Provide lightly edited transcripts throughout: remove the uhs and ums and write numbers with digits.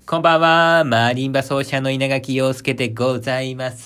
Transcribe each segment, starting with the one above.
こんばんは、マリンバ奏者の稲垣陽介でございます。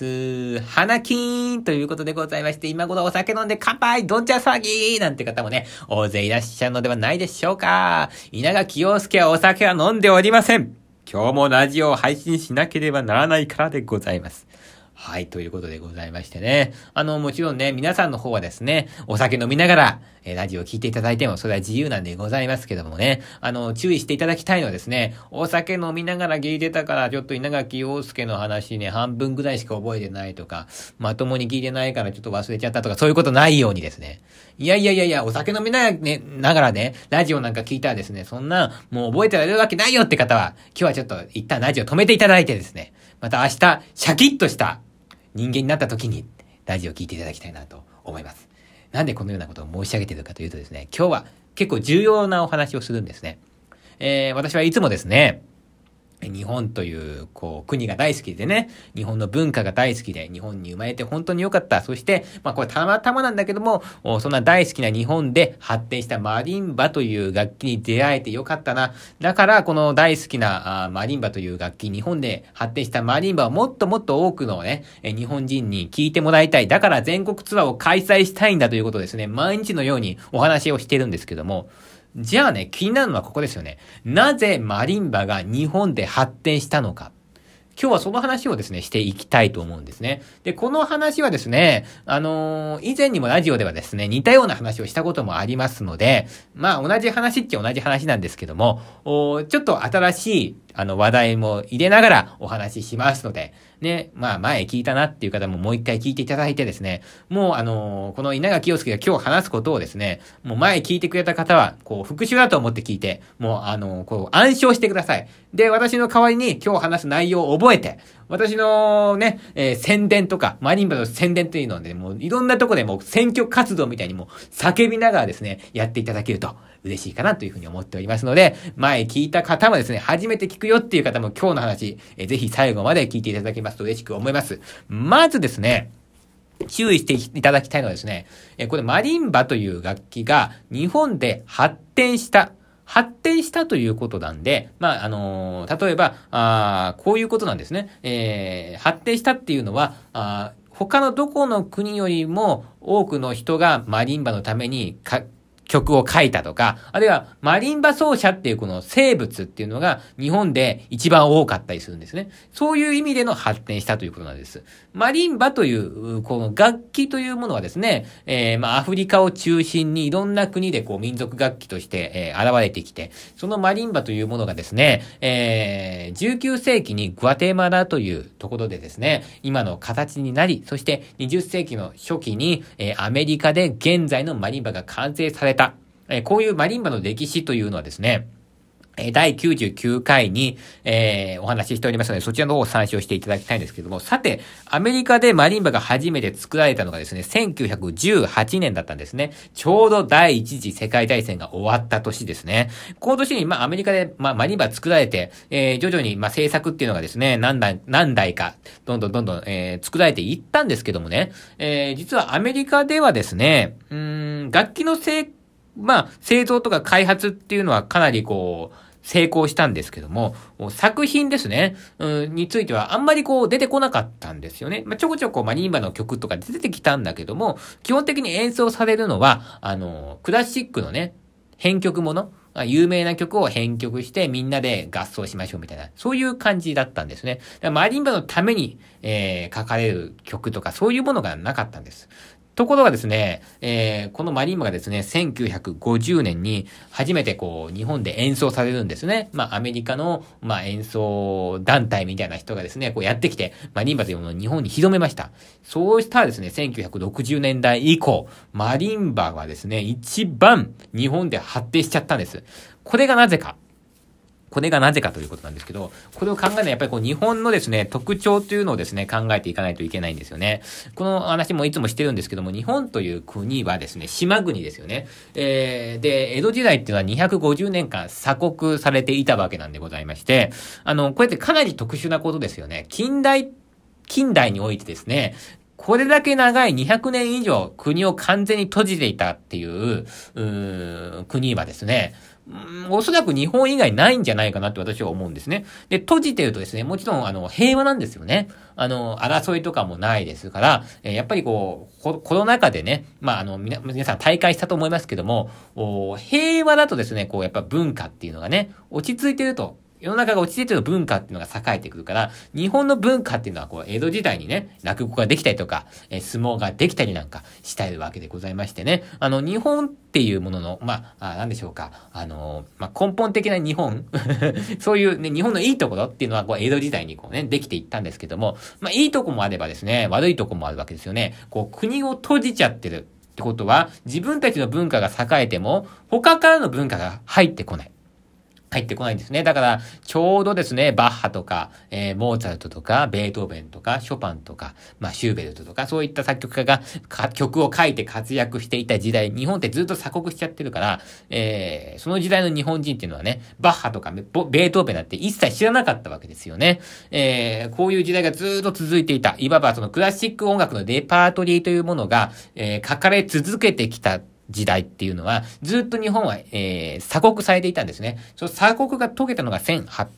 花金ということでございまして、今頃お酒飲んで乾杯どんちゃん騒ぎなんて方もね、大勢いらっしゃるのではないでしょうか。稲垣陽介はお酒は飲んでおりません。今日もラジオを配信しなければならないからでございます。はい、ということでございましてね。もちろんね、皆さんの方はですね、お酒飲みながら、ラジオを聞いていただいても、それは自由なんでございますけどもね。注意していただきたいのはですね、お酒飲みながら聞いてたから、ちょっと稲垣陽介の話ね、半分ぐらいしか覚えてないとか、まともに聞いてないからちょっと忘れちゃったとか、そういうことないようにですね。いや、お酒飲みながらね、ラジオなんか聞いたらですね、そんな、もう覚えてられるわけないよって方は、今日はちょっと一旦ラジオ止めていただいてですね、また明日、シャキッとした、人間になった時にラジオを聞いていただきたいなと思います。なんでこのようなことを申し上げているかというとですね、今日は結構重要なお話をするんですね。私はいつもですね、日本という国が大好きでね、日本の文化が大好きで、日本に生まれて本当に良かった。そして、これたまたまなんだけども、そんな大好きな日本で発展したマリンバという楽器に出会えて良かったな。だからこの大好きなマリンバという楽器、日本で発展したマリンバをもっともっと多くのね、日本人に聞いてもらいたい。だから全国ツアーを開催したいんだということですね。毎日のようにお話をしてるんですけども、じゃあね、気になるのはここですよね。なぜマリンバが日本で発展したのか。今日はその話をですね、していきたいと思うんですね。で、この話はですね、以前にもラジオではですね、似たような話をしたこともありますので、同じ話っちゃ同じ話なんですけども、ちょっと新しい、話題も入れながらお話ししますので、ね、前聞いたなっていう方ももう一回聞いていただいてですね、もうこの稲垣陽介が今日話すことをですね、もう前聞いてくれた方は、復習だと思って聞いて、もう暗唱してください。で、私の代わりに今日話す内容を覚えて、私のね、宣伝とか、マリンバの宣伝というのをね、もういろんなとこでもう選挙活動みたいにもう叫びながらですね、やっていただけると嬉しいかなというふうに思っておりますので、前聞いた方もですね、初めて聞くよっていう方も今日の話、ぜひ最後まで聞いていただけますと嬉しく思います。まずですね、注意していただきたいのはですね、これマリンバという楽器が日本で発展したということなんで、例えば、こういうことなんですね。発展したっていうのは、他のどこの国よりも多くの人がマリンバのために曲を書いたとか、あるいはマリンバ奏者っていうこの生物っていうのが日本で一番多かったりするんですね。そういう意味での発展したということなんです。マリンバというこの楽器というものはですね、アフリカを中心にいろんな国で民族楽器として、現れてきて、そのマリンバというものがですね、19世紀にグアテマラというところでですね、今の形になり、そして20世紀の初期に、アメリカで現在のマリンバが完成された。こういうマリンバの歴史というのはですね、第99回に、お話ししておりますので、そちらの方を参照していただきたいんですけども、さて、アメリカでマリンバが初めて作られたのがですね、1918年だったんですね。ちょうど第一次世界大戦が終わった年ですね。この年に、アメリカで、マリンバ作られて、徐々に、製作っていうのがですね、何台か、どんどん、作られていったんですけどもね、実はアメリカではですね、楽器の製造とか開発っていうのはかなり成功したんですけども、作品ですね、についてはあんまり出てこなかったんですよね。ちょこちょこマリンバの曲とか出てきたんだけども、基本的に演奏されるのは、クラシックのね、編曲もの、有名な曲を編曲してみんなで合奏しましょうみたいな、そういう感じだったんですね。だからマリンバのために、書かれる曲とかそういうものがなかったんです。ところがですね、このマリンバがですね、1950年に初めて日本で演奏されるんですね。アメリカの、演奏団体みたいな人がですね、やってきて、マリンバというものを日本に広めました。そうしたらですね、1960年代以降、マリンバはですね、一番日本で発展しちゃったんです。これがなぜかということなんですけど、これを考えるのはやっぱり日本のですね、特徴というのをですね、考えていかないといけないんですよね。この話もいつもしてるんですけども、日本という国はですね、島国ですよね。で、江戸時代っていうのは250年間鎖国されていたわけなんでございまして、これってかなり特殊なことですよね。近代においてですね、これだけ長い200年以上国を完全に閉じていたっていう、国はですね、 おそらく日本以外ないんじゃないかなって私は思うんですね。で、閉じてるとですね、もちろん、平和なんですよね。争いとかもないですから、やっぱりコロナ禍でね、皆さん大会したと思いますけども、平和だとですね、やっぱ文化っていうのがね、落ち着いてると、世の中が落ち着いてる文化っていうのが栄えてくるから、日本の文化っていうのは江戸時代にね、落語ができたりとか、相撲ができたりなんかしたいわけでございましてね、日本っていうものの、なんでしょうか、根本的な日本そういうね、日本のいいところっていうのは、江戸時代にできていったんですけども、いいとこもあればですね、悪いとこもあるわけですよね。国を閉じちゃってるってことは、自分たちの文化が栄えても、他からの文化が入ってこない。入ってこないんですね。だから、ちょうどですね、バッハとか、モーツァルトとか、ベートーベンとか、ショパンとか、シューベルトとか、そういった作曲家が曲を書いて活躍していた時代、日本ってずっと鎖国しちゃってるから、その時代の日本人っていうのはね、バッハとかベートーベンなんて一切知らなかったわけですよね。こういう時代がずっと続いていた。いわばそのクラシック音楽のレパートリーというものが、書かれ続けてきた時代っていうのは、ずっと日本は、鎖国されていたんですね。その鎖国が解けたのが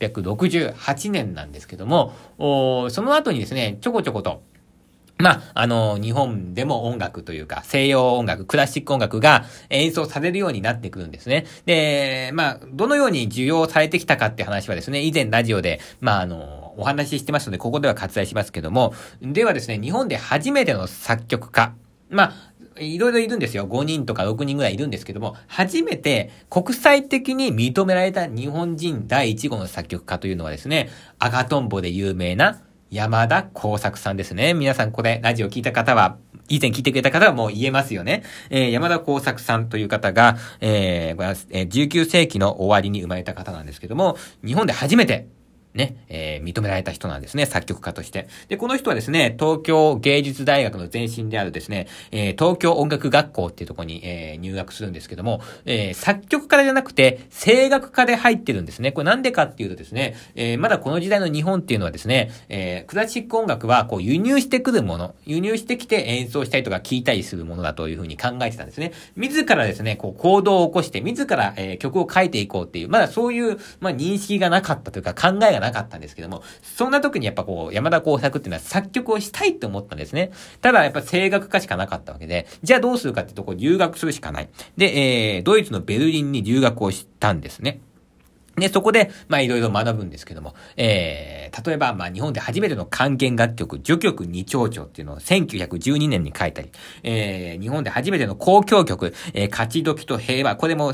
1868年なんですけども、その後にですね、ちょこちょこと、日本でも音楽というか、西洋音楽、クラシック音楽が演奏されるようになってくるんですね。で、どのように需要されてきたかって話はですね、以前ラジオで、お話ししてますので、ここでは割愛しますけども、ではですね、日本で初めての作曲家、いろいろいるんですよ。5人とか6人ぐらいいるんですけども、初めて国際的に認められた日本人第1号の作曲家というのはですね、赤とんぼで有名な山田耕作さんですね。皆さんこれラジオ聞いた方は、以前聞いてくれた方はもう言えますよね。山田耕作さんという方が、19世紀の終わりに生まれた方なんですけども、日本で初めて認められた人なんですね、作曲家として。で、この人はですね、東京芸術大学の前身であるですね、東京音楽学校っていうところに、入学するんですけども、作曲家じゃなくて、声楽家で入ってるんですね。これなんでかっていうとですね、まだこの時代の日本っていうのはですね、クラシック音楽は輸入してくるもの、輸入してきて演奏したりとか聴いたりするものだというふうに考えてたんですね。自らですね、行動を起こして、自ら、曲を書いていこうっていう、まだそういう、認識がなかったというか考えがなかったんですけども、そんな時にやっぱ山田耕作っていうのは作曲をしたいと思ったんですね。ただやっぱ声楽家しかなかったわけで、じゃあどうするかっていうと留学するしかない。で、ドイツのベルリンに留学をしたんですね。で、そこで、いろいろ学ぶんですけども、例えば、日本で初めての管弦楽曲、序曲二丁調っていうのを1912年に書いたり、日本で初めての交響曲、勝ち時と平和、これも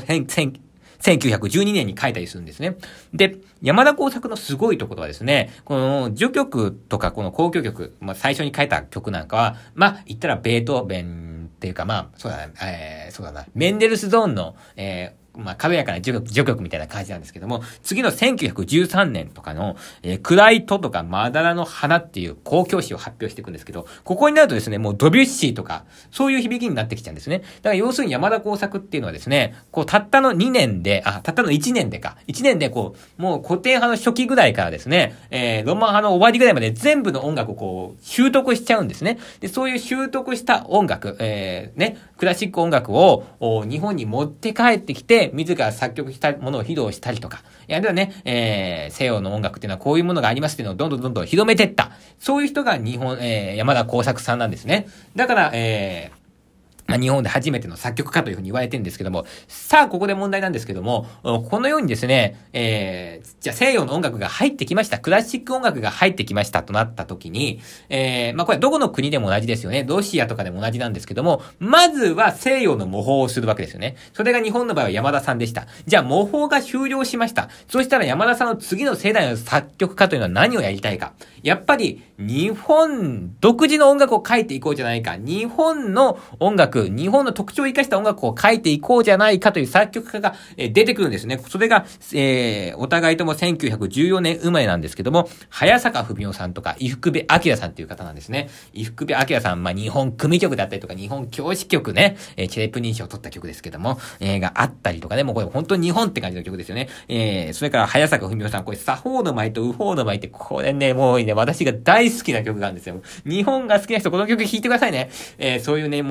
1912年に書いたりするんですね。で、山田耕作のすごいところはですね、この序曲とかこの交響曲、最初に書いた曲なんかは、言ったらベートーベンっていうか、そうだな、メンデルスゾーンの、軽やかな序曲みたいな感じなんですけども、次の1913年とかの、暗い戸とかまだらの花っていう交響詩を発表していくんですけど、ここになるとですね、もうドビュッシーとか、そういう響きになってきちゃうんですね。だから要するに山田耕作っていうのはですね、たったの1年で、1年でもう古典派の初期ぐらいからですね、ロマン派の終わりぐらいまで全部の音楽を習得しちゃうんですね。で、そういう習得した音楽、クラシック音楽を日本に持って帰ってきて、自ら作曲したものを披露したりとか、ではね、西洋の音楽っていうのはこういうものがありますっていうのをどんどん広めていった。そういう人が山田耕作さんなんですね。だから、日本で初めての作曲家というふうに言われてるんですけども、さあ、ここで問題なんですけども、このようにですね、じゃあ西洋の音楽が入ってきました。クラシック音楽が入ってきましたとなった時に、これどこの国でも同じですよね。ロシアとかでも同じなんですけども、まずは西洋の模倣をするわけですよね。それが日本の場合は山田さんでした。じゃあ模倣が終了しました。そしたら山田さんの次の世代の作曲家というのは何をやりたいか。やっぱり日本独自の音楽を書いていこうじゃないか。日本の音楽、日本の特徴を生かした音楽を書いていこうじゃないかという作曲家が出てくるんですね。それが、お互いとも1914年生まれなんですけども、早坂文夫さんとか伊福部明さんという方なんですね。伊福部明さん、日本組曲だったりとか、日本教師曲ね、チェレプ認証を取った曲ですけども、があったりとかね、もうこれ本当に日本って感じの曲ですよね。それから早坂文夫さん、これ、作法の舞と右法の舞って、これね、もう私が大好きな曲があるんですよ。日本が好きな人、この曲聴いてくださいね。そういうね、もうね、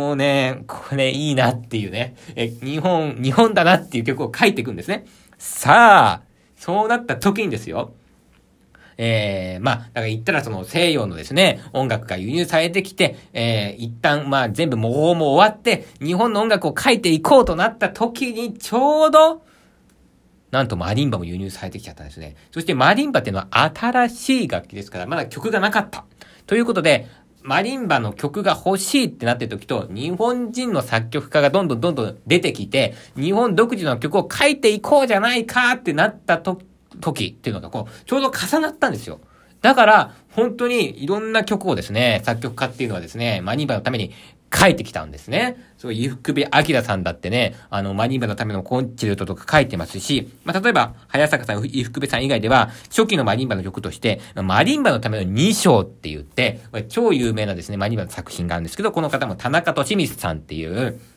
然、これいいなっていうね、日本だなっていう曲を書いていくんですね。さあ、そうなった時にですよ。だから言ったらその西洋のですね、音楽が輸入されてきて、一旦全部模倣も終わって、日本の音楽を書いていこうとなった時にちょうど、なんとマリンバも輸入されてきちゃったんですね。そしてマリンバっていうのは新しい楽器ですから、まだ曲がなかった。ということで、マリンバの曲が欲しいってなってる時と、日本人の作曲家がどんどん出てきて、日本独自の曲を書いていこうじゃないかってなった時っていうのがちょうど重なったんですよ。だから、本当にいろんな曲をですね、作曲家っていうのはですね、マリンバのために書いてきたんですね。そう、伊福部明さんだってね、マリンバのためのコンチェルトとか書いてますし、例えば、早坂さん、伊福部さん以外では、初期のマリンバの曲として、マリンバのための2章って言って、超有名なですね、マリンバの作品があるんですけど、この方も田中俊光さんっていう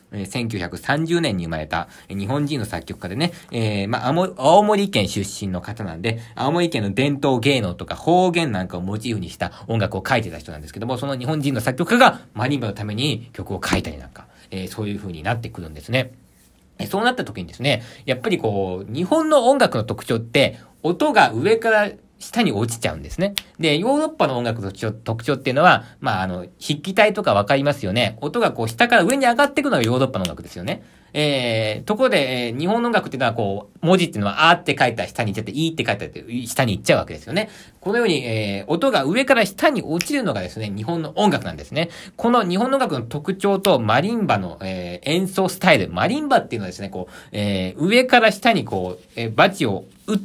、1930年に生まれた日本人の作曲家でね、青森県出身の方なんで、青森県の伝統芸能とか方言なんかをモチーフにした音楽を書いてた人なんですけども、その日本人の作曲家がマリンバのために曲を書いたりなんか、そういう風になってくるんですね。そうなった時にですね、やっぱり日本の音楽の特徴って、音が上から下に落ちちゃうんですね。で、ヨーロッパの音楽の特徴っていうのは、筆記体とかわかりますよね。音が下から上に上がっていくのがヨーロッパの音楽ですよね。ところで、日本の音楽っていうのは文字っていうのはあーって書いたら下に行っちゃって、いーって書いたら下に行っちゃうわけですよね。このように、音が上から下に落ちるのがですね、日本の音楽なんですね。この日本の音楽の特徴とマリンバの、演奏スタイル。マリンバっていうのはですね、上から下にバチを打って、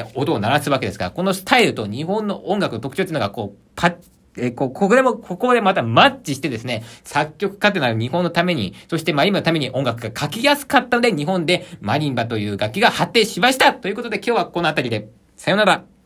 音を鳴らすわけですから、このスタイルと日本の音楽の特徴っていうのがここでまたマッチしてですね、作曲家というのは日本のために、そしてマリンバのために音楽が書きやすかったので、日本でマリンバという楽器が発展しましたということで、今日はこのあたりで、さよなら。